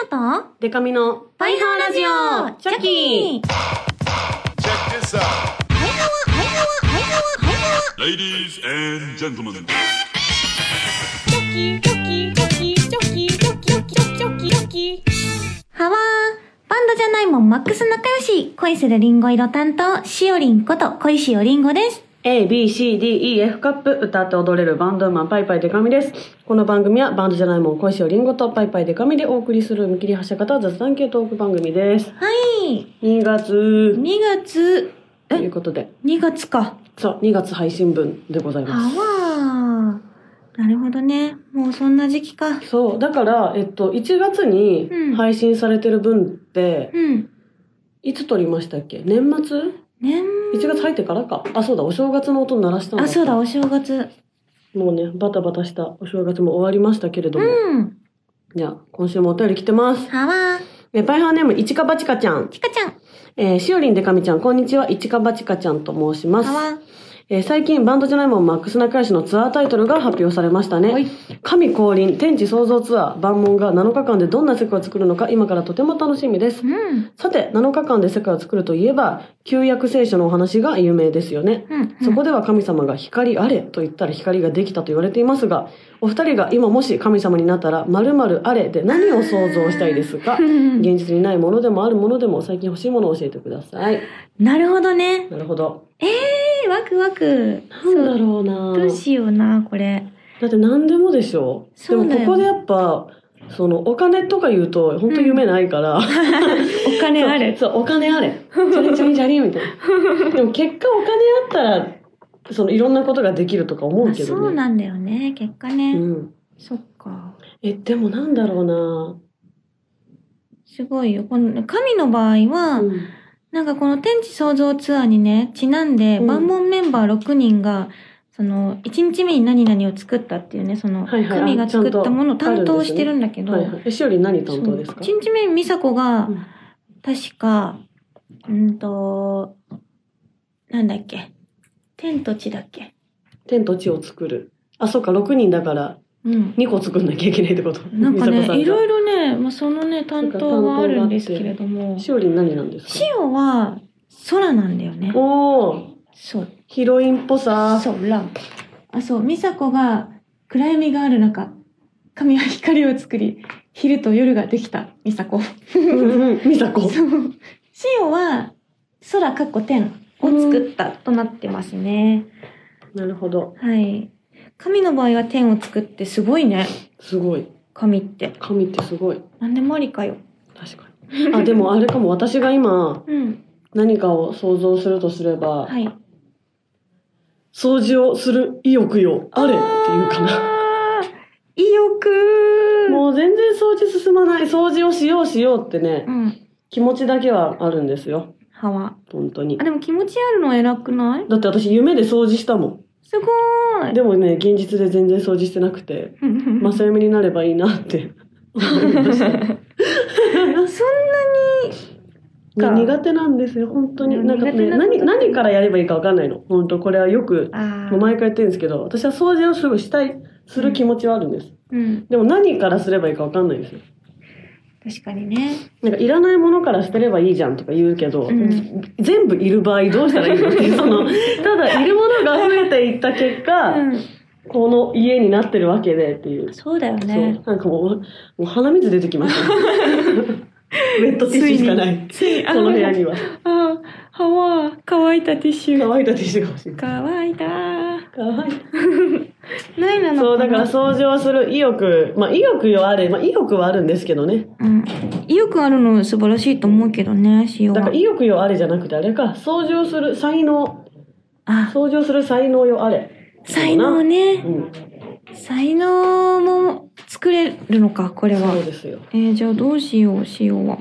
オとデカミのパイハワラジオチョキ Check this out. パイハワ Ladies and gentlemen. チョキチョキチョキチョキチョキチョキチョキチョキハワーバンドじゃないもんマックス仲良し恋するリンゴ色担当しおりんこと恋しおりんごです。 A, B, C, D, E, F カップ歌って踊れるバンドウーマンパイパイデカミです。この番組はバンドじゃないもん恋しおりんごとパイパイデカミでお送りする見切り発車型雑談系トーク番組です。 はい。 2月 2月ということで 2月か。 そう2月配信分でございます。 はわーなるほどね。もうそんな時期か。 そうだから1月に配信されてる分って、いつ撮りましたっけ？年末？1月入ってからか。あ、そうだ、お正月の音鳴らしたんだ。 あ、そうだ、お正月。 もうね、バタバタしたお正月も終わりましたけれども。じゃあ、今週もお便り来てます。 はわー。パイハーネーム、いちかばちかちゃん。 ちかちゃん。 しおりんでかみちゃん、こんにちは。いちかばちかちゃんと申します。 はわ最近バンドじゃないもんマックス仲良しのツアータイトルが発表されましたね。神降臨天地創造ツアー万門が7日間でどんな世界を作るのか今からとても楽しみです。さて7日間で世界を作るといえば旧約聖書のお話が有名ですよね。そこでは神様が光あれと言ったら光ができたと言われていますが、お二人が今もし神様になったら〇〇あれで何を想像したいですか？現実にないものでもあるものでも最近欲しいものを教えてください。 なるほどね。 なるほど。 ワクワク。 なんだろうな。 どうしような、これ。 だって何でもでしょ。でもここでやっぱ、お金とか言うと、本当夢ないから。お金あれ。 そう、お金あれ。チャリチャリチャリみたいな。でも結果お金あったら、いろんなことができるとか思うけどね。 そうなんだよね、結果ね。そっか。 でもなんだろうな。 すごいよ。この神の場合は、なんかこの天地創造ツアーにね、ちなんで、万門メンバー6人が、1日目に何々を作ったっていうね、神が作ったものを担当してるんだけど。 しおり何担当ですか？ 1日目に美佐子が、確か、なんだっけ。天と地だっけ。 天と地を作る。あ、そうか、6人だから、2個作んなきゃいけないってこと。 なんかね、いろいろね、そのね、担当があるんですけれども。 しおり何なんですか？ しおは、空なんだよね。 おー。 そう。 ヒロインっぽさ。 そう、ラン。あ、そう、美佐子が暗闇がある中、神は光を作り、昼と夜ができた、美佐子。 美佐子。 そう。しおは、空かっこ天を作ったとなってますね。 なるほど。 はい。神の場合は天を作ってすごいね。 すごい。 神って。 神ってすごい。 なんでもありかよ。 確かに。あ、でもあれかも、私が今、何かを想像するとすれば、掃除をする意欲よ、あれっていうかな。 意欲もう全然掃除進まない。掃除をしようってね、気持ちだけはあるんですよ。 本当に。 あ、でも気持ちあるの偉くない？ だって私夢で掃除したもん。 すごーい。 でもね、現実で全然掃除してなくて、正夢になればいいなって思いました。 そんなに苦手なんですよ、本当に。なんかね、何からやればいいか分かんないの。本当これはよく、もう毎回言ってるんですけど、私は掃除をすぐする気持ちはあるんです。でも何からすればいいか分かんないんですよ。 確かにね。 なんかいらないものから捨てればいいじゃんとか言うけど、全部いる場合どうしたらいいのっていう、ただいるものが増えていった結果、この家になってるわけでっていう。 そうだよね。 そう。なんかもう鼻水出てきましたね。ウェットティッシュしかない。この部屋には。 乾いたティッシュ。 乾いたティッシュが欲しい。 乾いた。 ないなのかな。そう、だから掃除をする意欲。まあ意欲よあれ。まあ意欲はあるんですけどね。 意欲あるの素晴らしいと思うけどね、 だから意欲よあれじゃなくてあれか。掃除をする才能。掃除をする才能よあれ。 才能ね。才能も作れるのか、これは。 そうですよ。 じゃあどうしよう、しおは。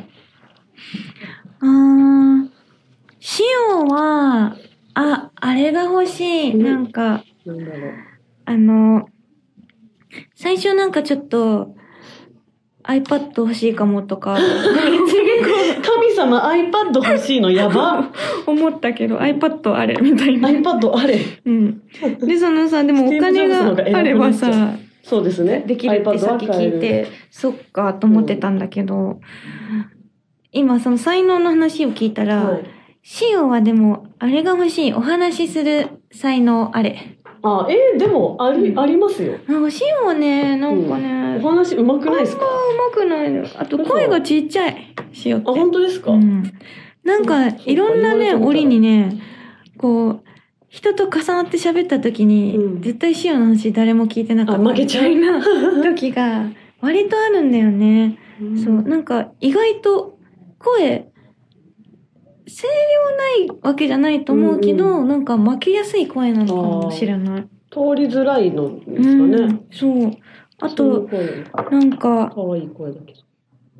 しおは、あれが欲しい。なんか、 なんだろう。 最初なんかちょっと、iPad 欲しいかもとか。 神様 iPad 欲しいのやば思ったけど、iPad あれみたいな。 iPad あれ。 で、でもお金があればさ、 そうですね。 できるってさっき聞いて、そっかと思ってたんだけど、今その才能の話を聞いたら、シオはでも、あれが欲しい。お話しする才能、あれ。 でも、ありますよ。 なんかシオはね、なんかね、 お話上手くないですか？ 上手くないの。あと声がちっちゃい。シオって。 本当ですか？ なんか、いろんなね、折にね、こう、人と重なって喋った時に、絶対シオの話誰も聞いてなかったみたいな時が割とあるんだよね。そう、なんか意外と声、声量ないわけじゃないと思うけど、なんか負けやすい声なのかもしれない。 通りづらいのですかね。 そう。あと、なんか、 可愛い声だけど。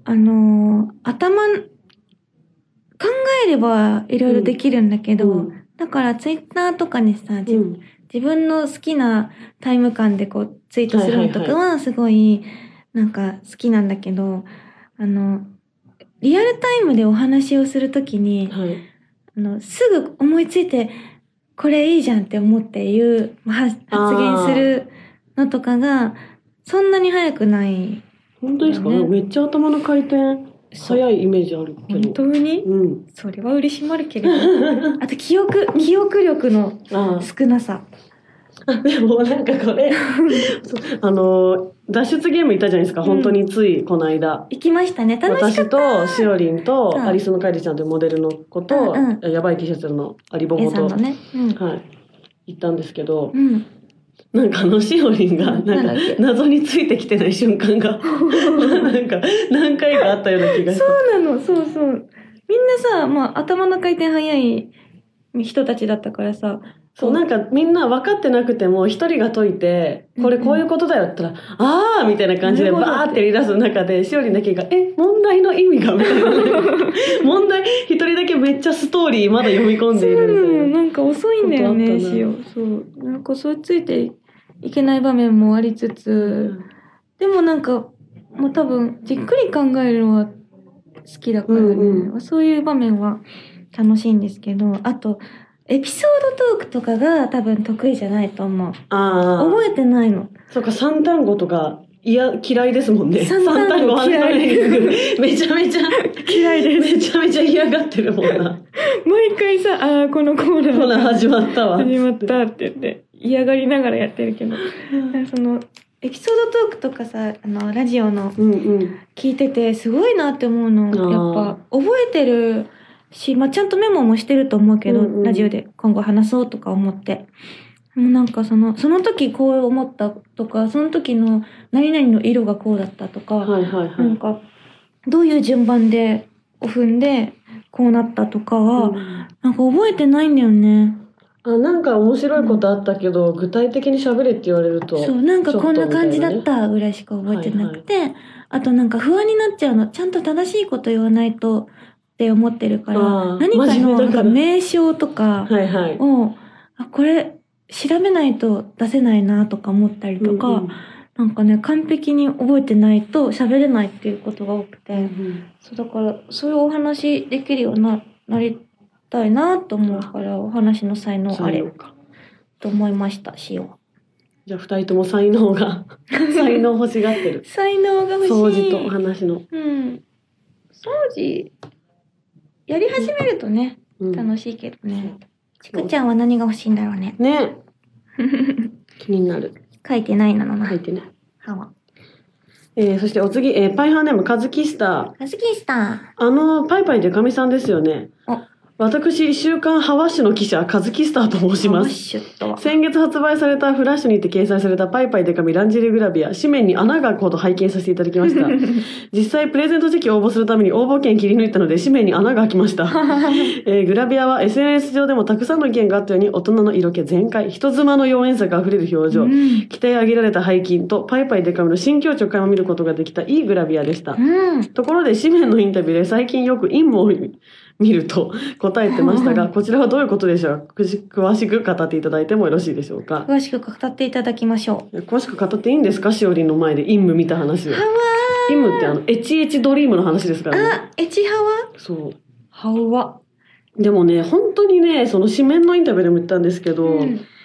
考えればいろいろできるんだけど、だからツイッターとかにさ、自分の好きなタイム感でこうツイートするのとかはすごいなんか好きなんだけど、リアルタイムでお話をするときに、すぐ思いついてこれいいじゃんって思って発言するのとかがそんなに早くない。 本当ですか？めっちゃ頭の回転早いイメージあるけど。 本当に？それは嬉しまるけれど。あと記憶力の少なさ。 でもなんかこれ脱出ゲーム行ったじゃないですか、本当についこの間行きましたね。楽しかった。 私としおりんとアリスのカイリちゃんというモデルの子と、やばい T シャツのアリボボと、行ったんですけど、なんかしおりんがなんか謎についてきてない瞬間がなんか何回かあったような気がして。 そうなの、そうそう。みんなさ、頭の回転早い人たちだったからさ、 そうなんかみんな分かってなくても一人が解いて、これこういうことだよって言ったら、あーみたいな感じでバーって言い出す中で、しおりんだけが、問題の意味がみたいな。問題、一人だけめっちゃストーリーまだ読み込んでいるみたいな。 そうなの、なんか遅いんだよね、しお。そう。なんかそうついていけない場面もありつつ、でもなんか、もう多分、じっくり考えるのは好きだからね、そういう場面は楽しいんですけど、あと、エピソードトークとかが多分得意じゃないと思う。覚えてないの。 そうか、三単語とか嫌いですもんね。 三単語嫌い。 めちゃめちゃ嫌いです。 めちゃめちゃ嫌がってるもんな。 毎回さ、このコーナー始まったわ。 始まったって言って嫌がりながらやってるけど、そのエピソードトークとかさ、ラジオの聞いててすごいなって思うの。やっぱ覚えてるし、ちゃんとメモもしてると思うけど、ラジオで今後話そうとか思って。なんかその時こう思ったとか、その時の何々の色がこうだったとか、なんかどういう順番で踏んでこうなったとかは、なんか覚えてないんだよね。 なんか面白いことあったけど、具体的に喋れって言われると。 そう、なんかこんな感じだったぐらいしか覚えてなくて、あとなんか不安になっちゃうの。ちゃんと正しいこと言わないと、って思ってるから、何かのなんか名称とかを、これ調べないと出せないなとか思ったりとか、なんかね、完璧に覚えてないと喋れないっていうことが多くて、そうだからそういうお話できるようになりたいなと思うから、お話の才能あれと思いました、しよう。 じゃあ2人とも才能欲しがってる。 才能が欲しい。 掃除とお話の。 掃除やり始めるとね、楽しいけどね。ちくちゃんは何が欲しいんだろうね。 ね気になる。 書いてないなのな。 書いてない。 はわ。 そしてお次、パイハーネームカズキスター。 カズキスター。 パイパイデカミさんですよね。私、週刊ハワッシュの記者、カズキスターと申します。先月発売されたフラッシュにて掲載されたパイパイデカミランジェリーグラビア、紙面に穴が開くほど拝見させていただきました。実際、プレゼント時期応募するために応募券切り抜いたので、紙面に穴が開きました。グラビアは SNS 上でもたくさんの意見があったように、大人の色気全開、人妻の妖艶さが溢れる表情、鍛え上げられた背筋と、パイパイデカミの新境地を垣間見ることができたいいグラビアでした。ところで、紙面のインタビューで最近よく陰謀を見ると答えてましたが、こちらはどういうことでしょうか。詳しく語っていただいてもよろしいでしょうか。 詳しく語っていただきましょう。 詳しく語っていいんですか、しおりんの前で陰夢見た話を。陰夢ってエチエチドリームの話ですからね。 エチハワ。 そう。 ハワ。 でもね、本当にね、その紙面のインタビューでも言ったんですけど、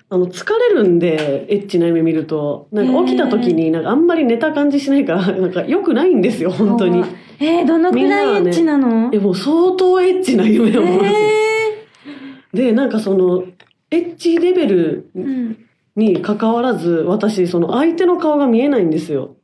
疲れるんで、エッチな夢見ると。なんか起きた時に、なんかあんまり寝た感じしないから、なんか良くないんですよ、本当に。 どのくらいエッチなの？ もう相当エッチな夢を見ます。で、なんかその、エッチレベルに関わらず、私、その相手の顔が見えないんですよ。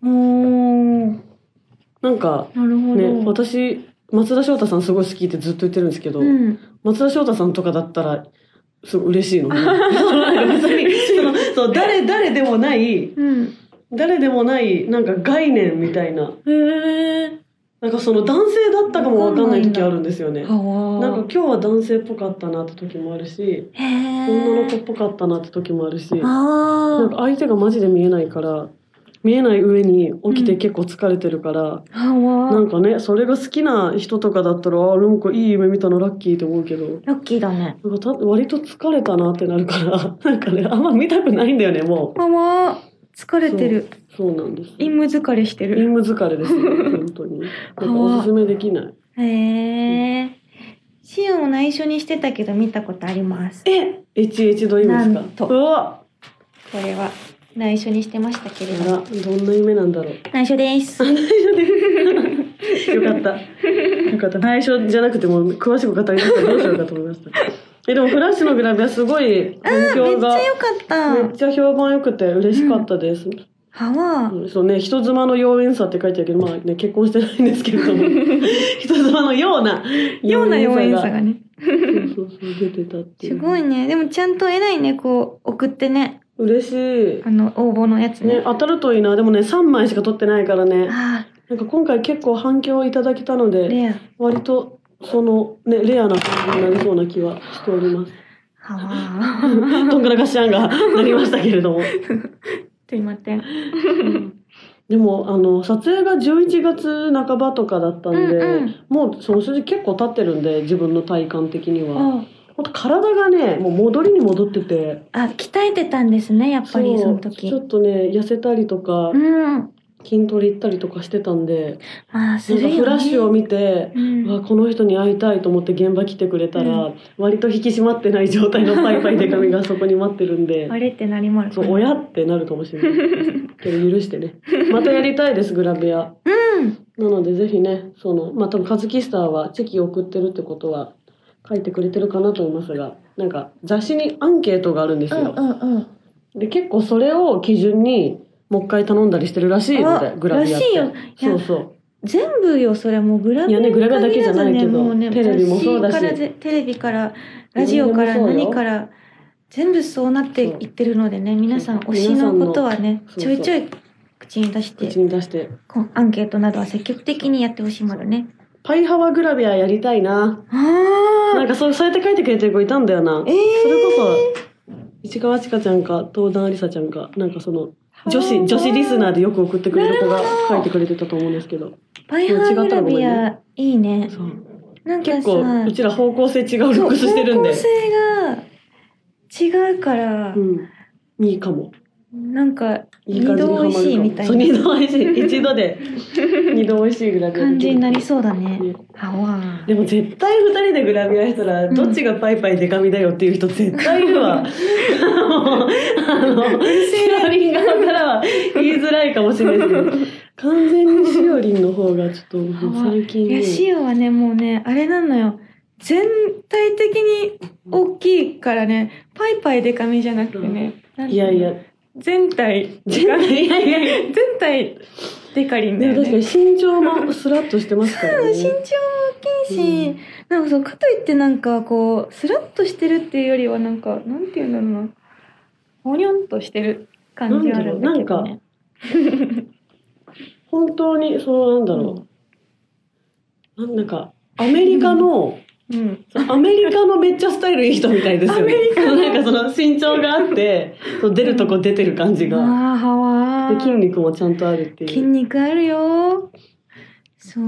なんか、ね、私、松田翔太さんすごい好きってずっと言ってるんですけど、松田翔太さんとかだったら、すごい嬉しいの。なんか別に、そう、誰でもない、誰でもない、なんか概念みたいな。なんかその男性だったかもわかんない時あるんですよね。なんか今日は男性っぽかったなって時もあるし、女の子っぽかったなって時もあるし、なんか相手がマジで見えないから、見えない上に起きて結構疲れてるから、なんかね、それが好きな人とかだったら、なんかいい夢見たのラッキーって思うけど。 ラッキーだね。 なんか割と疲れたなってなるから、なんかね、あんま見たくないんだよね、もう。 疲れてる。 そうなんです。 陰夢疲れしてる。 陰夢疲れですよ、本当に。なんかおすすめできない。 シオも内緒にしてたけど見たことあります。 エチエチド夢ですか？ なんと。 うわ！ これは内緒にしてましたけれど。 どんな夢なんだろう。 内緒です。 内緒です。よかった。よかった。内緒じゃなくても詳しく語りたらどうしようかと思いました。でもフラッシュのグラビアすごい反響がめっちゃ良かった。 めっちゃ評判良くて嬉しかったです。そうね、人妻の妖艶さって書いてあるけど、まあね、結婚してないんですけれども、人妻のような妖艶さがね。 そう出てたっていう。 すごいね。でもちゃんと偉いね、こう送ってね。 嬉しい。 応募のやつね。 当たるといいな。でもね、3枚しか取ってないからね。なんか今回結構反響いただけたので、割とそのね、レアな感じになりそうな気はしております。とんがらかしあんがなりましたけれども。 すいません。 でも撮影が11月半ばとかだったんで、もうその数字結構経ってるんで、自分の体感的には。ほんと体がね、もう戻りに戻ってて。 鍛えてたんですね、やっぱりその時。 ちょっとね、痩せたりとか、筋トレ行ったりとかしてたんで、なんかフラッシュを見て、この人に会いたいと思って現場来てくれたら、割と引き締まってない状態のパイパイデカミがそこに待ってるんで、 あれって何もあるかな。 そう、親ってなるかもしれないけど許してね。またやりたいです、グラビア。なのでぜひね、多分カズキスターはチェキを送ってるってことは書いてくれてるかなと思いますが、なんか雑誌にアンケートがあるんですよ。で、結構それを基準にもう一回頼んだりしてるらしいので、グラビアって。らしいよ。そう。 全部よ、それもうグラビア。 いやね、グラビアだけじゃないけど、テレビもそうだし。 テレビから、ラジオから何から、全部そうなっていってるのでね、皆さん推しのことはね、ちょいちょい口に出して、アンケートなどは積極的にやってほしいものね。 パイハワグラビアやりたいな。なんかそうやって書いてくれてる子いたんだよな。それこそ、市川ちかちゃんか、東壇ありさちゃんか、なんか女子リスナーでよく送ってくれる子が書いてくれてたと思うんですけど。 パイハワグラビア、いいね。 そう。なんか結構、うちら方向性違うルックスしてるんで。 方向性が違うから、 いいかも。 なんか、二度美味しいみたいな。 二度美味しい。一度で二度美味しいグラビア。 感じになりそうだね。 でも絶対二人でグラビアしたら、どっちがパイパイデカミだよっていう人絶対いるわ。シオリン側からは言いづらいかもしれないですけど、完全にシオリンの方がちょっと最近。 いや、シオはね、もうね、あれなのよ。全体的に大きいからね、パイパイデカミじゃなくてね。 いやいや。 全体デカリンだよね。 確かに身長もスラッとしてますからね。 身長も大きいし、なんかかといってなんかこう、スラッとしてるっていうよりはなんか、なんていうんだろうな。ほにょんとしてる感じあるんだけどね。 本当に、なんだろう。なんか、アメリカの、アメリカのめっちゃスタイルいい人みたいですよね。アメリカのなんか身長があって、出るとこ出てる感じが。で、筋肉もちゃんとあるっていう。 筋肉あるよ。そう。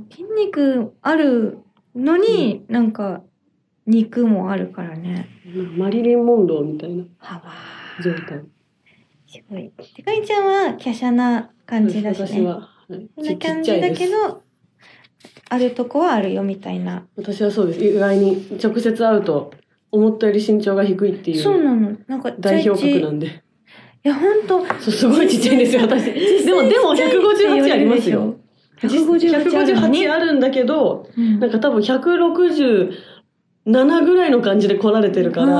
筋肉あるのに、なんか、肉もあるからね。 マリリン・モンローみたいな状態。 すごい。てかいちゃんは華奢な感じだしね。 私は。 こんな感じだけど、あるとこはあるよみたいな。 私はそうです。意外に直接会うと思ったより身長が低いっていう。 そうなの。なんか代表格なんで。 いや、ほんと。 そう、すごいちっちゃいんですよ、私。でも158ありますよ。158あるんだけど、なんか多分167ぐらいの感じで来られてるから、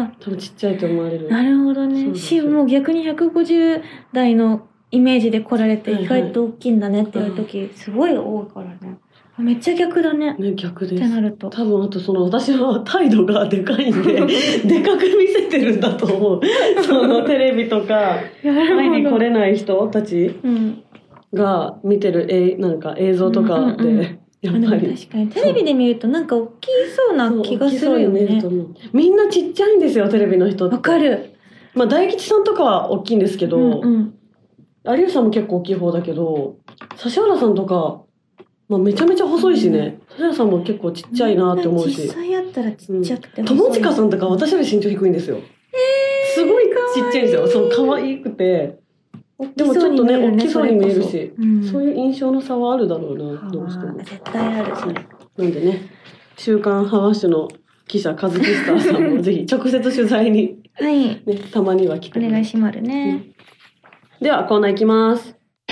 多分ちっちゃいと思われる。 なるほどね。もう逆に150代のイメージで来られて、意外と大きいんだねっていう時、すごい多いからね。めっちゃ逆だね。 ね、逆です。 ってなると。 多分あと私は態度がでかいんで、でかく見せてるんだと思う。テレビとか、会いに来れない人たちが見てるなんか映像とかで、やっぱり。 確かに、テレビで見るとなんか大きそうな気がするよね。 みんなちっちゃいんですよ、テレビの人って。 わかる。 まあ、大吉さんとかは大きいんですけど、有吉さんも結構大きい方だけど、指原さんとか、まあ、めちゃめちゃ細いしね。指原さんも結構ちっちゃいなって思うし。 実際やったらちっちゃくて友近さんとか私より身長低いんですよ。すごいちっちゃいんですよ。そう、可愛くて。でもちょっとね、大きそうに見えるし、そういう印象の差はあるだろうな、どうしても。 絶対ある、それ。 なんでね、週刊ハワッシュの記者、カズキスターさんもぜひ直接取材に、ね、たまには来てお願いしますね。 では、コーナーいきます。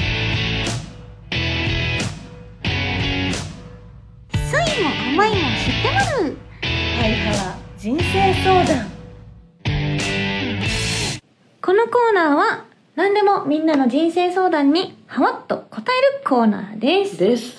酸いも甘いも知ってまる。ハイハワ人生相談。このコーナーは何でもみんなの人生相談にハワッと答えるコーナーです。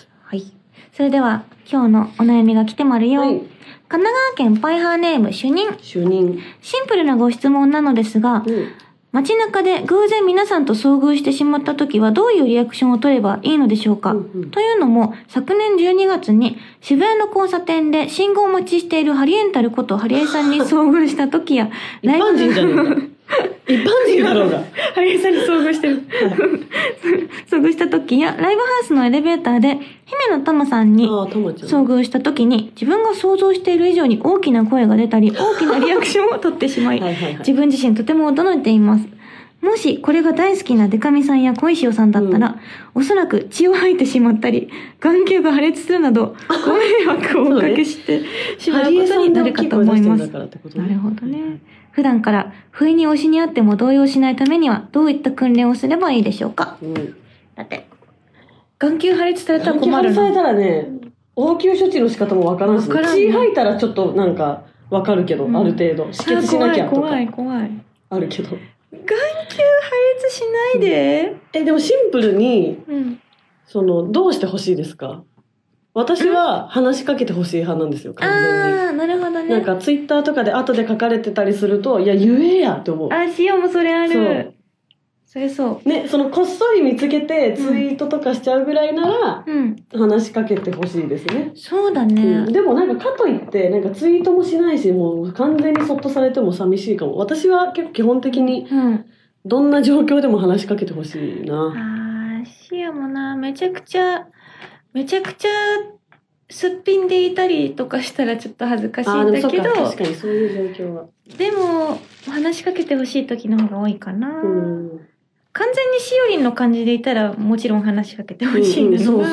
はい。それでは今日のお悩みが来てまるよ。はい、神奈川県パイハーネーム主任。シンプルなご質問なのですが、街中で偶然皆さんと遭遇してしまった時はどういうリアクションを取ればいいのでしょうか、というのも、昨年12月に渋谷の交差点で信号待ちしているハリエンタルことハリエさんに遭遇した時や、 一般人じゃねえか。一般人だろうが。 ハリエさんに遭遇してる。遭遇した時や、ライブハウスのエレベーターで、姫野玉さんに遭遇した時に、自分が想像している以上に大きな声が出たり、大きなリアクションを取ってしまい、自分自身とても驚いています。もしこれが大好きなデカミさんや小石尾さんだったら、おそらく血を吐いてしまったり、眼球が破裂するなど、ご迷惑をおかけしてしまうことになるかと思います。なるほどね。普段から不意に推しにあっても動揺しないためにはどういった訓練をすればいいでしょうか。だって眼球破裂されたら困るな。 眼球破裂されたらね、応急処置の仕方もわからんし、血吐いたらちょっとなんかわかるけど、ある程度止血しなきゃとかあるけど、 眼球破裂しないで。 でもシンプルに、どうしてほしいですか？私は話しかけてほしい派なんですよ、完全に。 なるほどね。 なんかツイッターとかで後で書かれてたりすると、いや、言えやって思う。 シオもそれある。それそう。 ね、こっそり見つけてツイートとかしちゃうぐらいなら、話しかけてほしいですね。 そうだね。 でもなんかかといって、なんかツイートもしないし、もう完全にそっとされても寂しいかも。私は結構基本的に、どんな状況でも話しかけてほしいな。 シオもな、めちゃくちゃすっぴんでいたりとかしたらちょっと恥ずかしいんだけど、 確かにそういう状況は。 でも話しかけてほしい時の方が多いかな。完全にしおりんの感じでいたらもちろん話しかけてほしいんだけど、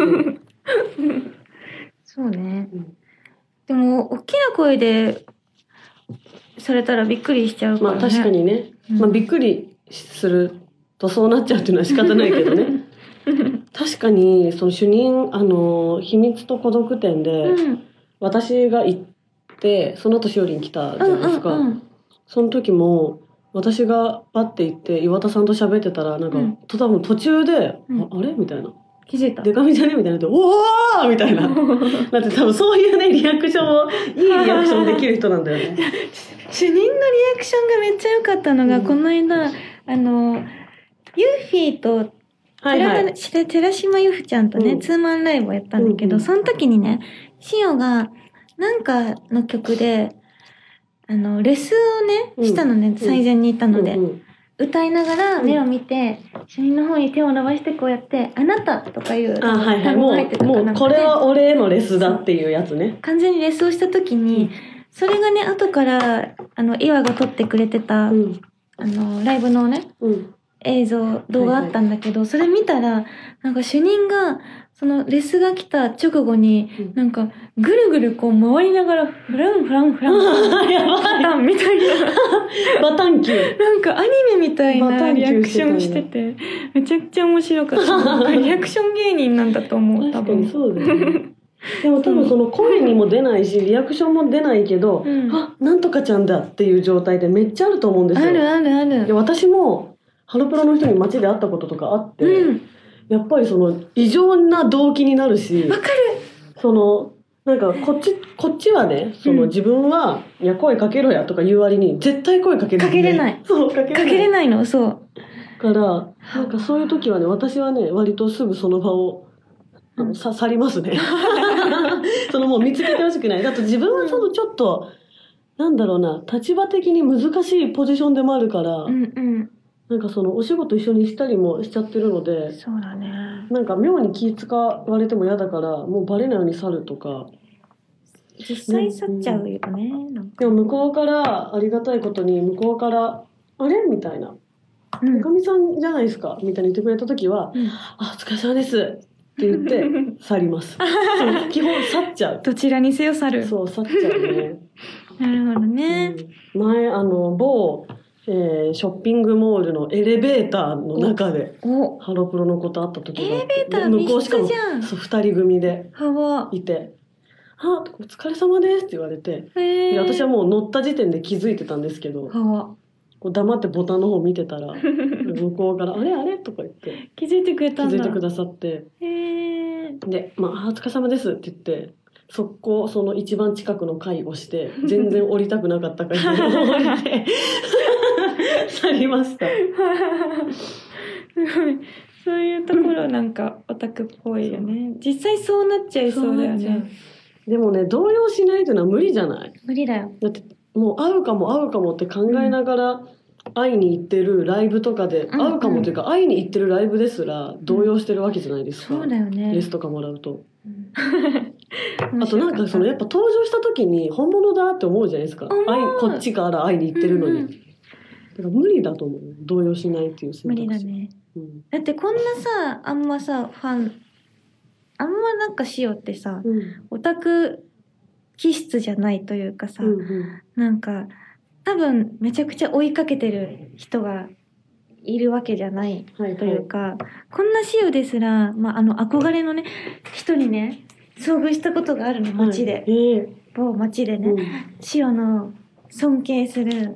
そうね。でも大きな声でされたらびっくりしちゃうからね。 確かにね。びっくりするとそうなっちゃうっていうのは仕方ないけどね。確かに主任秘密と孤独展で、私が行ってその後しおりん来たじゃないですか。その時も私がパッて行って岩田さんと喋ってたらなんか、多分途中で、あれみたいな。 気づいた。 デカミじゃねみたいな。おーみたいな。だって多分そういうね、リアクションを、いいリアクションできる人なんだよね。 主任のリアクションがめっちゃ良かったのが、この間、ユーフィーと、寺島由布ちゃんとね、ツーマンライブをやったんだけど、その時にね、シオが、なんかの曲で、レスをね、したのね、最前にいたので。歌いながら目を見て、主任の方に手を伸ばしてこうやって、あなたとかいう単語が入ってたかな。 もうこれは俺へのレスだっていうやつね。 完全にレスをした時に、それがね、後から、岩が撮ってくれてた、ライブのね、動画あったんだけど、それ見たら、なんか主任が、 そのレスが来た直後に、なんかぐるぐるこう回りながらフランフランフランやばいバタンみたいなバタンキューなんかアニメみたいなリアクションしててめちゃくちゃ面白かったなんかリアクション芸人なんだと思う多確かに分そうだよねでも多分その声にも出ないしリアクションも出ないけど、あ、なんとかちゃんだっていう状態でめっちゃあると思うんですよ。 あるあるあるで私もハロプロの人に街で会ったこととかあって、やっぱりその異常な動機になるし、 わかる。 そのなんかこっちはね、その自分は、いや声かけろやとか言う割に絶対声かける、 かけれない。 そうかけれないのそう。 からなんかそういう時はね、私はね割とすぐその場を去りますねそのもう見つけてほしくない。だと自分はそのちょっと、なんだろうな、立場的に難しいポジションでもあるから、なんかそのお仕事一緒にしたりもしちゃってるので、 そうだね。 なんか妙に気使われても嫌だからもうバレないように去るとか。 実際去っちゃうよね。 でも向こうからありがたいことに向こうからあれみたいな。おかみさんじゃないですかみたいに言ってくれた時は、あ、お疲れ様ですって言って去ります基本去っちゃう。 どちらにせよ去る。 そう去っちゃうねなるほどね、 前某、ショッピングモールのエレベーターの中でハロプロの子と会った時があって、 エレベーター密室じゃん。 そう2人組でいてお疲れ様ですって言われて、で私はもう乗った時点で気づいてたんですけど、こう黙ってボタンの方見てたら向こうから「あれあれ?」とか言って気づいてくれたんだ。 気づいてくださって、で「お疲れ様です」って言って速攻その一番近くの階をして全然降りたくなかった階に降りて去りましたそういうところなんかオタクっぽいよね。実際そうなっちゃいそうだよね。 でもね動揺しないというのは無理じゃない？ 無理だよ。 だってもう会うかもって考えながら会いに行ってるライブとかで、会うかもというか会いに行ってるライブですら動揺してるわけじゃないですか、 そうだよね。 レスとかもらうと、あとなんかそのやっぱ登場した時に本物だって思うじゃないですか。こっちから会いに行ってるのに、だから無理だと思う。動揺しないっていう選択肢。 無理だね、だってこんなさあんまさファンあんまなんかしようってさ、オタク気質じゃないというかさ、なんか多分めちゃくちゃ追いかけてる人がいるわけじゃないというか、こんなシオですら、憧れのね人にね遭遇したことがあるの、街で、某街でね、シオの尊敬する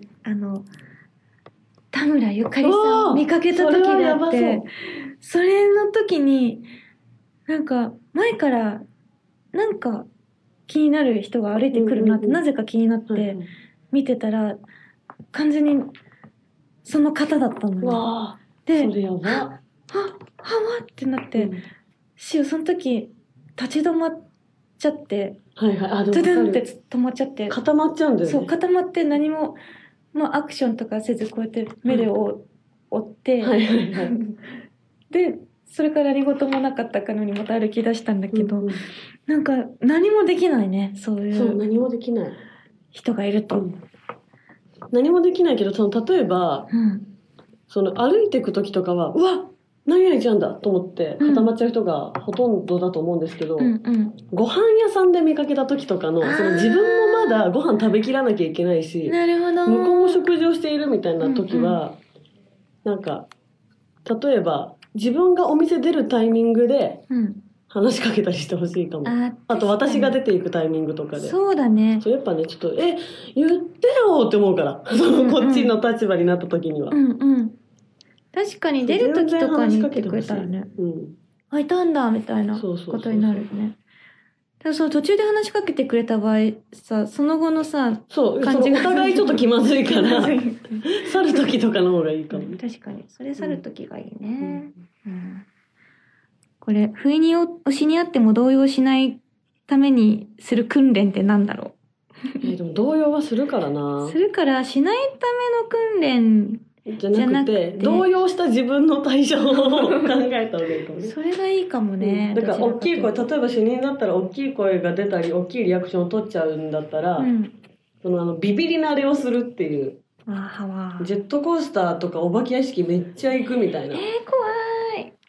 田村ゆかりさんを見かけた時があって、それの時になんか前からなんか気になる人が歩いてくるなってなぜか気になって見てたら完全にその方だったのね。で、 それやば。はわってなって、シオその時立ち止まっちゃって、ドゥドゥンって止まっちゃって固まっちゃうんだよね。 そう固まって何もアクションとかせずこうやって目で追って、でそれから何事もなかったかのにまた歩き出したんだけど、なんか何もできないね、そう何もできない人がいると、 何もできないけど、その例えば、その歩いていく時とかはうわ何々ちゃんだと思って固まっちゃう人がほとんどだと思うんですけど、ご飯屋さんで見かけた時とかの、その自分もまだご飯食べきらなきゃいけないし、 なるほど、 向こうも食事をしているみたいな時は、なんか例えば自分がお店出るタイミングで話しかけたりしてほしいかも。あと私が出ていくタイミングとかで。 そうだね。 やっぱねちょっと言ってよって思うからそのこっちの立場になった時には。 確かに出る時とかに言ってくれたらね、いたんだみたいなことになるよね。だからその途中で話しかけてくれた場合さ、その後のさ、 お互いちょっと気まずいから去る時とかの方がいいかも。 確かにそれ去る時がいいね。これ不意に推しにあっても動揺しないためにする訓練ってなんだろう。でも動揺はするからな。 するからしないための訓練じゃなくて動揺した自分の対処を考えた方がいいかもね。 それがいいかもね。 だから大きい声、例えば主任だったら大きい声が出たり大きいリアクションを取っちゃうんだったら、そのビビり慣れをするっていう。ジェットコースターとかお化け屋敷めっちゃ行くみたいな。 怖い。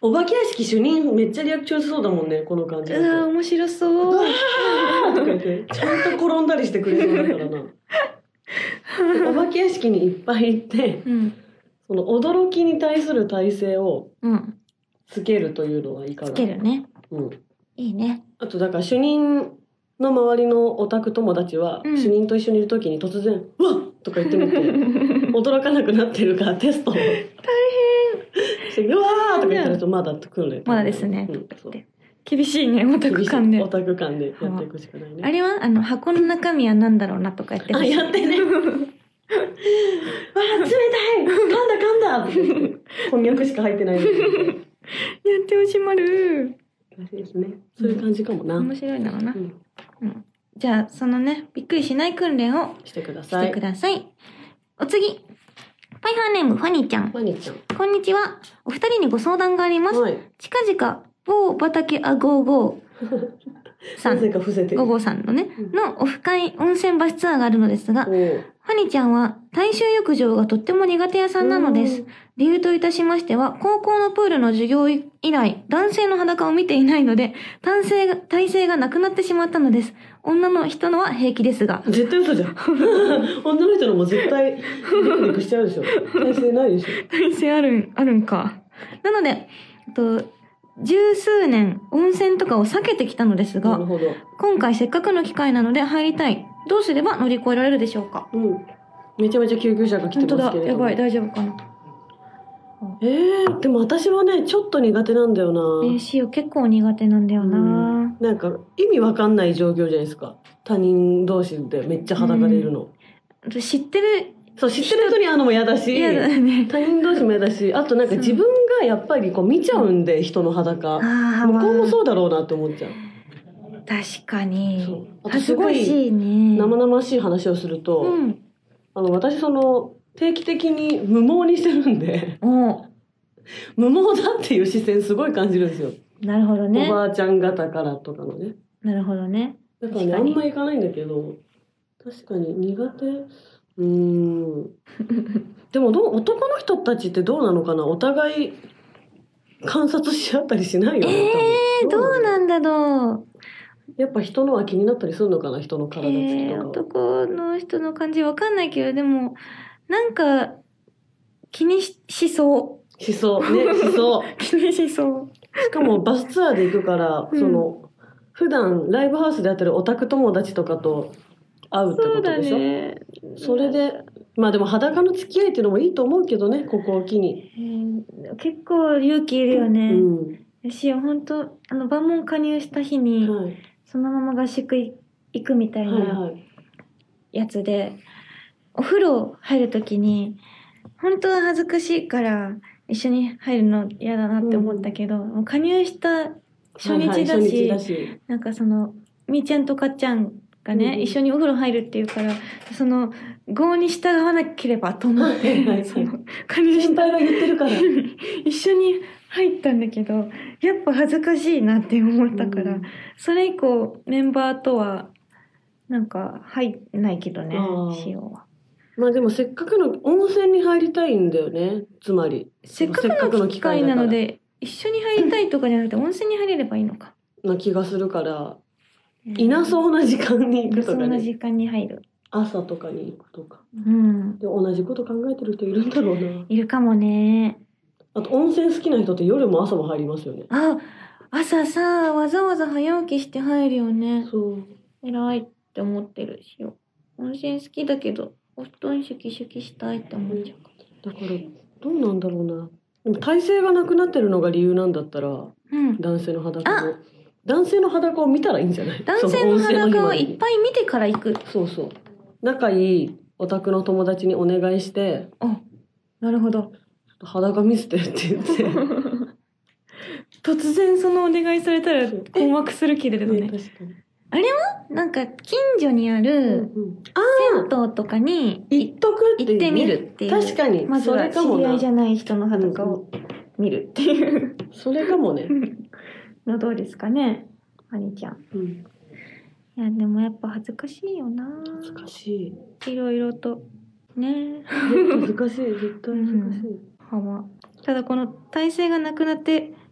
お化け屋敷主任めっちゃリアクションしそうだもんね、この感じだと。 面白そう。 とか言って、ちゃんと転んだりしてくれそうだからな。お化け屋敷にいっぱい行って、その驚きに対する耐性をつけるというのはいかが？ つけるね。いいね。 あとだから主任の周りのオタク友達は、主任と一緒にいる時に突然「うわっ!」とか言ってみて驚かなくなってるかテストを大変うわーとか言ったらとまだ訓練まだですね、厳しいね、オタク感で。 オタク感でやっていくしかないね。 あれは箱の中身は何だろうなとかやってほしい。 やってね。わあ、冷たい、噛んだこんにゃくしか入ってないのにやってほしまる。 難しいですね。そういう感じかもな。 面白いだろうな。じゃあそのね、びっくりしない訓練をしてください。 お次、パイハーネームファニーちゃん。こんにちは。お二人にご相談があります。近々某畑あ55さん、55さんのね、のオフ会温泉バスツアーがあるのですが、ファニちゃんは大衆浴場がとっても苦手屋さんなのです。理由といたしましては、高校のプールの授業以来、男性の裸を見ていないので、体勢がなくなってしまったのです。女の人のは平気ですが。 絶対嘘じゃん。女の人のも絶対ビクビクしちゃうでしょ。体勢ないでしょ。 体勢あるんか。なので、十数年温泉とかを避けてきたのですが、今回せっかくの機会なので入りたい。どうすれば乗り越えられるでしょうか？ めちゃめちゃ救急車が来てますけれども。 やばい、大丈夫かな。 でも私はね、ちょっと苦手なんだよな。 結構苦手なんだよな。 なんか意味わかんない状況じゃないですか。他人同士でめっちゃ裸でいるの。 知ってる人に会うのも嫌だし、他人同士も嫌だし、あとなんか自分がやっぱりこう見ちゃうんで、人の裸。向こうもそうだろうなって思っちゃう。 確かに。 恥ずかしいね。生々しい話をすると、私定期的に無毛にしてるんで、無毛だっていう視線すごい感じるんですよ。 なるほどね。 おばあちゃん方からとかのね。 なるほどね。 だからね、あんま行かないんだけど、確かに苦手。でも男の人たちってどうなのかな、お互い観察し合ったりしないよね。 どうなんだろう。 やっぱ人のは気になったりするのかな、人の体つきとか。 男の人の感じわかんないけど、でもなんか気にしそう。 しそうね、しそう。 気にしそう。 しかもバスツアーで行くから、普段ライブハウスでやってるオタク友達とかと会うってことでしょ。それでまあでも裸の付き合いっていうのもいいと思うけどね、ここを機に。 結構勇気いるよね。本当万門加入した日に、そのまま合宿行くみたいなやつで、お風呂入るときに本当は恥ずかしいから一緒に入るの嫌だなって思ったけど、もう加入した初日だし、なんかみーちゃんとかっちゃんがね、一緒にお風呂入るっていうから、合に従わなければと思って、加入した先輩が言ってるから一緒に入ったんだけど、やっぱ恥ずかしいなって思ったから、それ以降メンバーとはなんか入んないけどね、塩は。 まあでもせっかくの温泉に入りたいんだよね。つまりせっかくの機会なので一緒に入りたいとかじゃなくて温泉に入れればいいのかな気がするから、いなそうな時間に行くとかね。いなそうな時間に入る。 朝とかに行くとか。で同じこと考えてる人いるんだろうな。 いるかもね。 あと温泉好きな人って夜も朝も入りますよね。 朝さ、わざわざ早起きして入るよね。 そう。 偉いって思ってるしよ。温泉好きだけど、お布団シュキシュキしたいって思っちゃう。 だからどうなんだろうな。でも体勢がなくなってるのが理由なんだったら、男性の裸も。男性の裸を見たらいいんじゃない？ 男性の裸をいっぱい見てから行く。 そうそう。仲いいオタクの友達にお願いして。 なるほど。 裸見せてって言って。 突然そのお願いされたら困惑するけれどね。 確かに。 あれはなんか近所にある銭湯とかに行ってみるっていう。 確かに。 まずは知り合いじゃない人の裸を見るっていう。 それかもね。 どうですかね、はにちゃん。いやでもやっぱ恥ずかしいよな。 恥ずかしい。 いろいろとね。 恥ずかしい、絶対恥ずかしい。 ただこの体勢がなくなって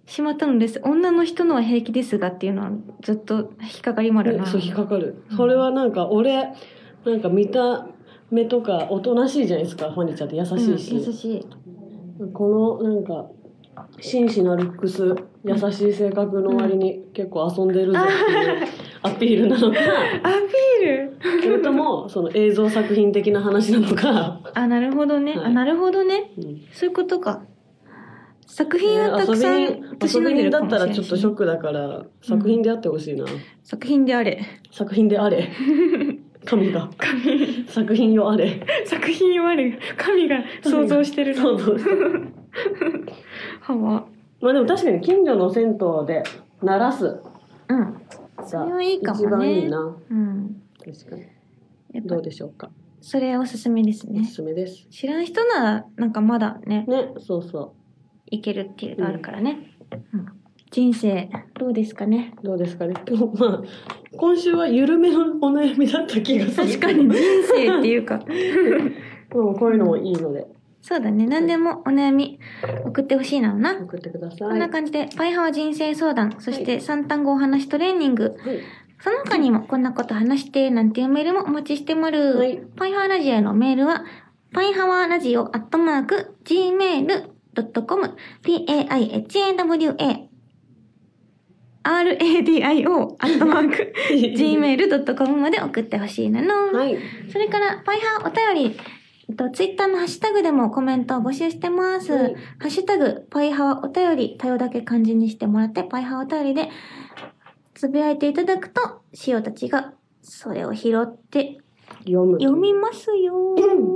しまったのです。女の人のは平気ですがっていうのはずっと引っかかりまるな。 そう引っかかる。それはなんか俺なんか見た目とかおとなしいじゃないですか。ファニーちゃんって優しいし。 優しい。 このなんか真摯なルックス、優しい性格の割に結構遊んでるぞっていうアピールなのか、 アピールそれともその映像作品的な話なのか。 あ、なるほどね。 はいあ、なるほどね。そういうことか。作品はたくさん遊び人だったらちょっとショックだから作品であってほしいな。 作品であれ。 作品であれ。神が。作品よあれ。 作品よあれ。神が想像してる。 想像してる。 はわ。 まあでも確かに近所の銭湯で鳴らす。 うん。それはいいかもね。 一番いいな。 うん。 確かに。 やっぱどうでしょうか。 それおすすめですね。 おすすめです。 知らん人ならなんかまだね。 ね、そうそいけるっていうのあるからね。うん人生どうですかね。 う。どうですかね。まあ今週は緩めのお悩みだった気がする。 確かに人生っていうか。 もうこういうのもいいのでそうだね。何でもお悩み送ってほしいなのな。 送ってください。 こんな感じで、パイハワ人生相談、そして3単語お話トレーニング、 はい。 その他にもこんなこと話してなんていうメールもお待ちしてまる。 はいパイハワラジオへのメールは、パイハワラジオ@gmail.com PAIHAWA RADIO@gmail.com まで送ってほしいなの。 はい。 それから、パイハワお便り、ツイッターのハッシュタグでもコメントを募集してます。 はいハッシュタグ、パイハワお便り、多様だけ漢字にしてもらって、パイハワお便りで、つぶやいていただくと、シオたちが、それを拾って、 読みますよ。お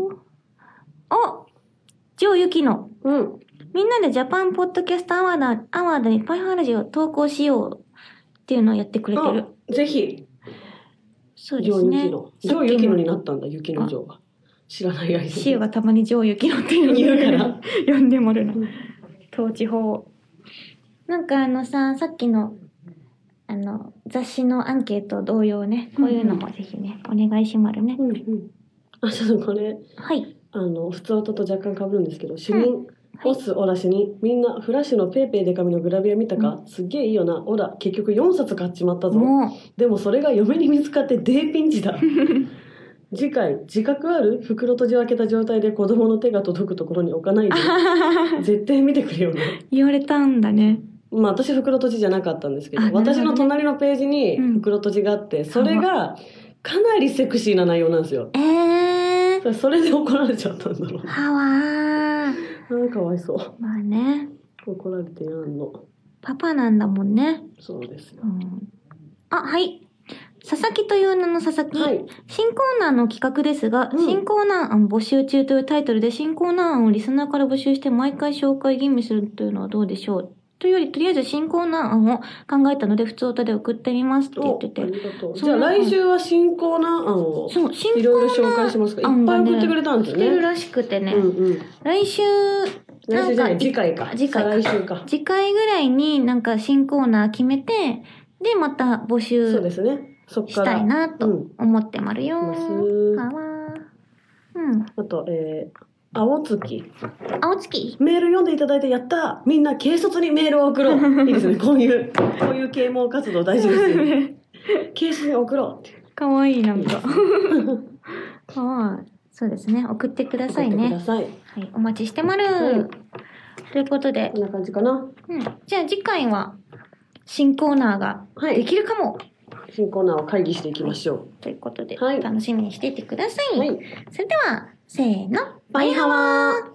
ジョーユキノ。 うん。 みんなでジャパンポッドキャストアワードにパイハワラジオを投稿しようっていうのをやってくれてる。 ぜひ。 そうですね。 ジョーユキノになったんだ、ユキノジョーが。知らない間に。 シオがたまにジョーユキノって言うから呼んでもるの。統治法。なんかさっきの雑誌のアンケート同様ね、こういうのもぜひね、お願いしまるね。 うんうん。あ、ちょっとこれ、 はい。 普通音と若干被るんですけど、主任、オスオラシに、みんなフラッシュのペーペーデカミのグラビア見たか、すっげえいいよな。オラ、結局4冊買っちまったぞ。 もでもそれが嫁に見つかってデーピンチだ。次回、自覚ある袋閉じを開けた状態で子供の手が届くところに置かないで。絶対見てくれよな。 言われたんだね。 まあ私袋閉じじゃなかったんですけど、 なるほどね私の隣のページに袋閉じがあって、それがかなりセクシーな内容なんですよ。それで怒られちゃったんだろう。 はわー。 かわいそう。 まあね。 怒られてやんの。 パパなんだもんね。 そうですよ。 はい。佐々木という名の佐々木。 はい新コーナーの企画ですが、新コーナー案募集中というタイトルで新コーナー案をリスナーから募集して毎回紹介吟味するというのはどうでしょうというより、とりあえず新コーナー案を考えたので、普通歌で送ってみますって言ってて。 ありがとう。じゃあ来週は新コーナー案をそう、新コーナーいろいろ紹介しますか。いっぱい送ってくれたんですよね。 来てるらしくてね。来週、 来週じゃない、次回か。 次回来週か。 次回ぐらいになんか新コーナー決めて、で、また募集そうですね。そっしから。 たいなと思ってまるよ。はわあと、青月。 青月メール読んでいただいてやったみんな軽率にメールを送ろう。いいですね。こういう啓蒙活動大事ですよね。軽率に送ろうって。 かわいい、なんか。かわいい。そうですね。送ってくださいね。 送ってください。 はい。お待ちしてまる。ということで。 こんな感じかな。 じゃあ次回は、新コーナーができるかも。 新コーナーを会議していきましょう。 ということで、 はい楽しみにしていてください。 はい。 それでは、せーの。 バイハワー。